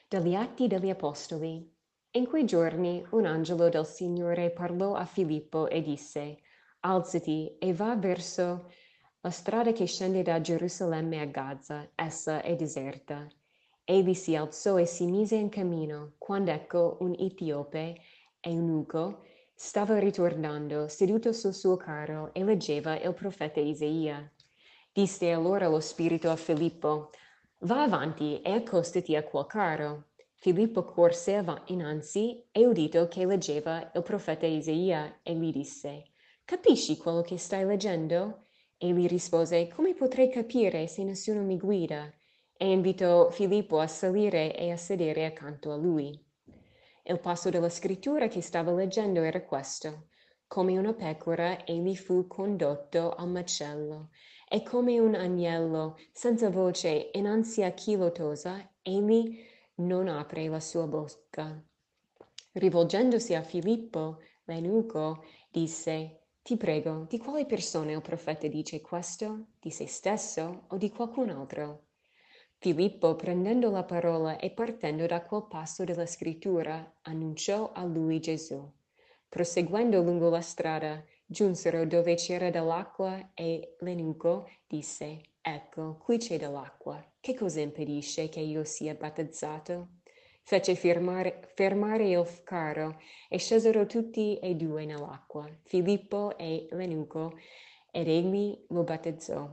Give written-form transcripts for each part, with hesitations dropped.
Dagli Atti degli Apostoli. In quei giorni un angelo del Signore parlò a Filippo e disse: Alzati e va verso la strada che scende da Gerusalemme a Gaza, essa è deserta. Egli si alzò e si mise in cammino, quando ecco un etiope, eunuco, stava ritornando, seduto sul suo carro, e leggeva il profeta Isaia. Disse allora lo spirito a Filippo: Va avanti e accostati a quel carro. Filippo corse innanzi e udito che leggeva il profeta Isaia e gli disse: Capisci quello che stai leggendo? Egli rispose: Come potrei capire se nessuno mi guida? E invitò Filippo a salire e a sedere accanto a lui. Il passo della scrittura che stava leggendo era questo: Come una pecora egli fu condotto al macello, e come un agnello senza voce innanzi a chi lo tosa, egli non apre la sua bocca. Rivolgendosi a Filippo, l'eunuco disse: Ti prego, di quale persona il profeta dice questo? Di se stesso o di qualcun altro? Filippo, prendendo la parola e partendo da quel passo della scrittura, annunciò a lui Gesù. Proseguendo lungo la strada, giunsero dove c'era dell'acqua e l'eunuco disse: Ecco, qui c'è dell'acqua. Che cosa impedisce che io sia battezzato? Fece fermare il carro e scesero tutti e due nell'acqua, Filippo e l'eunuco, ed egli lo battezzò.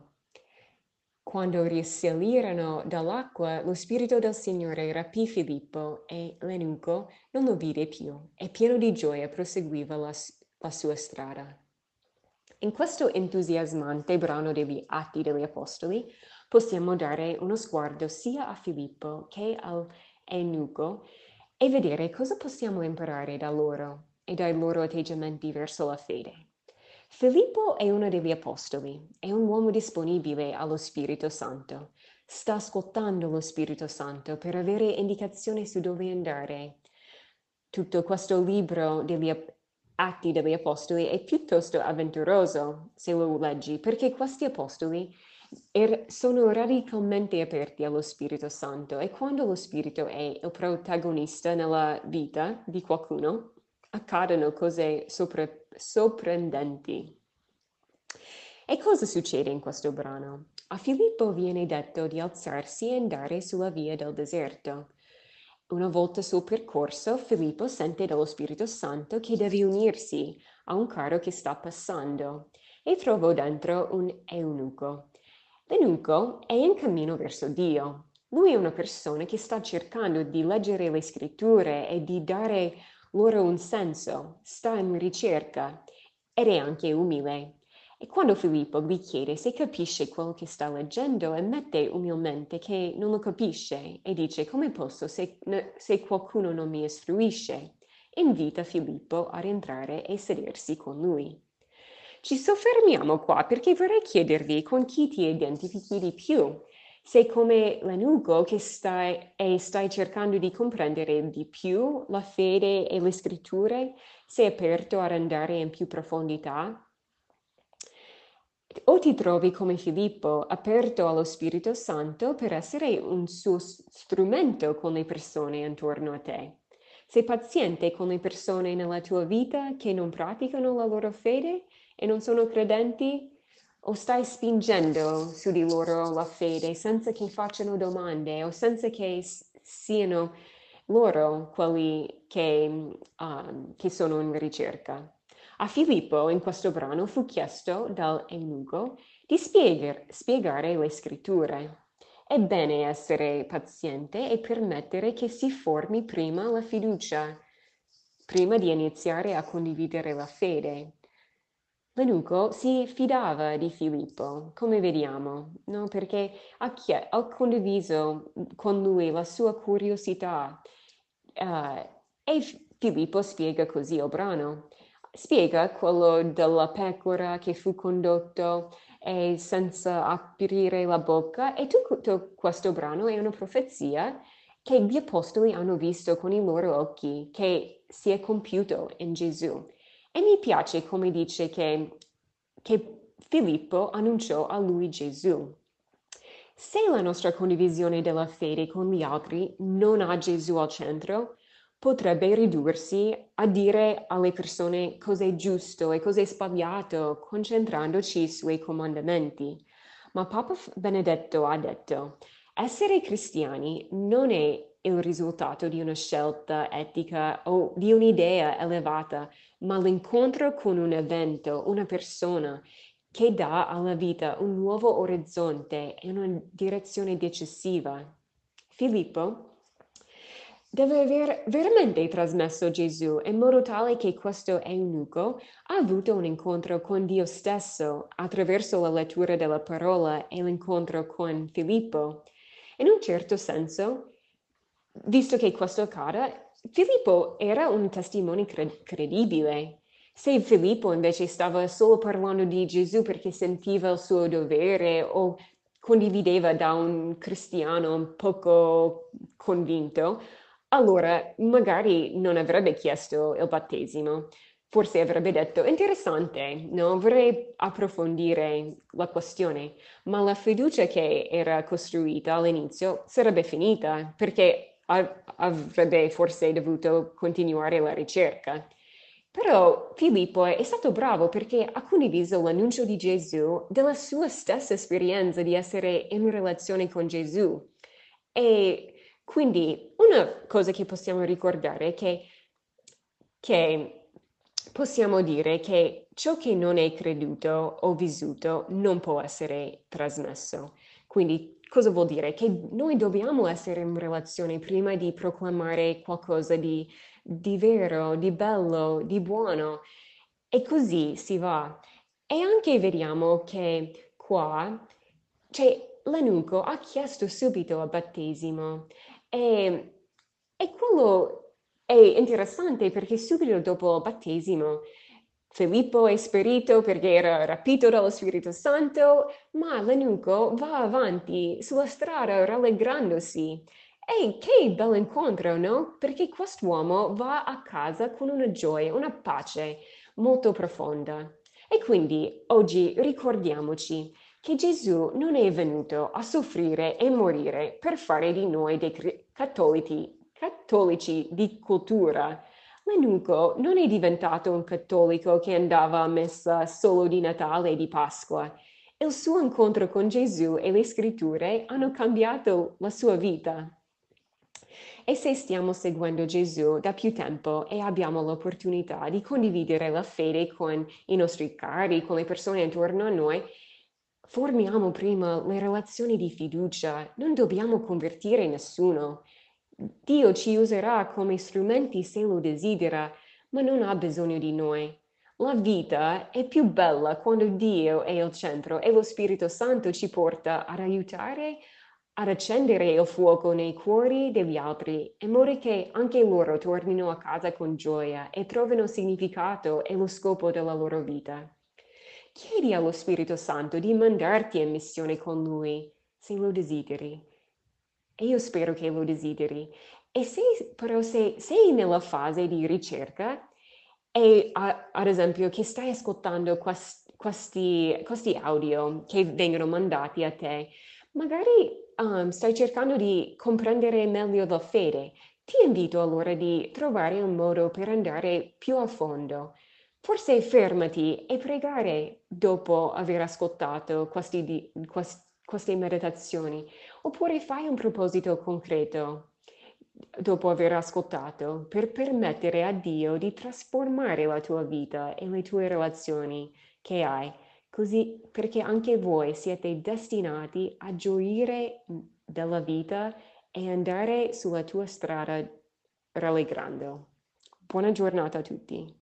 Quando risalirono dall'acqua, lo Spirito del Signore rapì Filippo e l'eunuco non lo vide più e pieno di gioia proseguiva la sua strada. In questo entusiasmante brano degli Atti degli Apostoli possiamo dare uno sguardo sia a Filippo che all'eunuco e vedere cosa possiamo imparare da loro e dai loro atteggiamenti verso la fede. Filippo è uno degli Apostoli, è un uomo disponibile allo Spirito Santo. Sta ascoltando lo Spirito Santo per avere indicazioni su dove andare. Tutto questo libro degli Atti degli Apostoli è piuttosto avventuroso se lo leggi, perché questi apostoli sono radicalmente aperti allo Spirito Santo e quando lo Spirito è il protagonista nella vita di qualcuno, accadono cose sorprendenti. E cosa succede in questo brano? A Filippo viene detto di alzarsi e andare sulla via del deserto. Una volta sul percorso, Filippo sente dallo Spirito Santo che deve unirsi a un carro che sta passando e trova dentro un eunuco. L'eunuco è in cammino verso Dio. Lui è una persona che sta cercando di leggere le scritture e di dare loro un senso, sta in ricerca ed è anche umile. E quando Filippo gli chiede se capisce quello che sta leggendo, ammette umilmente che non lo capisce e dice: Come posso se qualcuno non mi istruisce? Invita Filippo ad entrare e sedersi con lui. Ci soffermiamo qua perché vorrei chiedervi con chi ti identifichi di più. Sei come l'eunuco che stai cercando di comprendere di più la fede e le scritture? Sei aperto ad andare in più profondità? O ti trovi come Filippo, aperto allo Spirito Santo per essere un suo strumento con le persone intorno a te? Sei paziente con le persone nella tua vita che non praticano la loro fede e non sono credenti? O stai spingendo su di loro la fede senza che facciano domande o senza che siano loro quelli che sono in ricerca? A Filippo in questo brano fu chiesto dall'eunuco di spiegare le scritture. È bene essere paziente e permettere che si formi prima la fiducia, prima di iniziare a condividere la fede. L'eunuco si fidava di Filippo, come vediamo, no? Perché ha condiviso con lui la sua curiosità. E Filippo spiega così il brano. Spiega quello della pecora che fu condotto e senza aprire la bocca e tutto questo brano è una profezia che gli apostoli hanno visto con i loro occhi, che si è compiuto in Gesù. E mi piace come dice che Filippo annunciò a lui Gesù. Se la nostra condivisione della fede con gli altri non ha Gesù al centro, potrebbe ridursi a dire alle persone cos'è giusto e cos'è sbagliato, concentrandoci sui comandamenti. Ma Papa Benedetto ha detto, essere cristiani non è il risultato di una scelta etica o di un'idea elevata, ma l'incontro con un evento, una persona che dà alla vita un nuovo orizzonte e una direzione decisiva. Filippo deve aver veramente trasmesso Gesù in modo tale che questo eunuco ha avuto un incontro con Dio stesso attraverso la lettura della parola e l'incontro con Filippo. In un certo senso, visto che questo accada, Filippo era un testimone credibile. Se Filippo invece stava solo parlando di Gesù perché sentiva il suo dovere o condivideva da un cristiano poco convinto, allora magari non avrebbe chiesto il battesimo. Forse avrebbe detto, interessante, no? Vorrei approfondire la questione, ma la fiducia che era costruita all'inizio sarebbe finita perché avrebbe forse dovuto continuare la ricerca. Però Filippo è stato bravo perché ha condiviso l'annuncio di Gesù della sua stessa esperienza di essere in relazione con Gesù. E quindi una cosa che possiamo ricordare è che possiamo dire che ciò che non è creduto o vissuto non può essere trasmesso. Quindi cosa vuol dire? Che noi dobbiamo essere in relazione prima di proclamare qualcosa di vero, di bello, di buono. E così si va. E anche vediamo che qua, cioè, l'eunuco ha chiesto subito il battesimo e, e quello è interessante perché subito dopo il battesimo Filippo è sparito perché era rapito dallo Spirito Santo, ma l'eunuco va avanti sulla strada rallegrandosi. E che bel incontro, no? Perché quest'uomo va a casa con una gioia, una pace molto profonda. E quindi oggi ricordiamoci che Gesù non è venuto a soffrire e morire per fare di noi dei cattolici di cultura. L'eunuco non è diventato un cattolico che andava a messa solo di Natale e di Pasqua. Il suo incontro con Gesù e le scritture hanno cambiato la sua vita. E se stiamo seguendo Gesù da più tempo e abbiamo l'opportunità di condividere la fede con i nostri cari, con le persone intorno a noi, formiamo prima le relazioni di fiducia, non dobbiamo convertire nessuno. Dio ci userà come strumenti se lo desidera, ma non ha bisogno di noi. La vita è più bella quando Dio è al centro e lo Spirito Santo ci porta ad aiutare ad accendere il fuoco nei cuori degli altri, in modo che anche loro tornino a casa con gioia e trovino significato e lo scopo della loro vita. Chiedi allo Spirito Santo di mandarti in missione con Lui, se lo desideri. E io spero che lo desideri. E se però se sei nella fase di ricerca e ad esempio che stai ascoltando questi audio che vengono mandati a te, magari stai cercando di comprendere meglio la fede, ti invito allora di trovare un modo per andare più a fondo. Forse fermati e pregare dopo aver ascoltato queste meditazioni, oppure fai un proposito concreto dopo aver ascoltato per permettere a Dio di trasformare la tua vita e le tue relazioni che hai, così perché anche voi siete destinati a gioire della vita e andare sulla tua strada rallegrando. Buona giornata a tutti.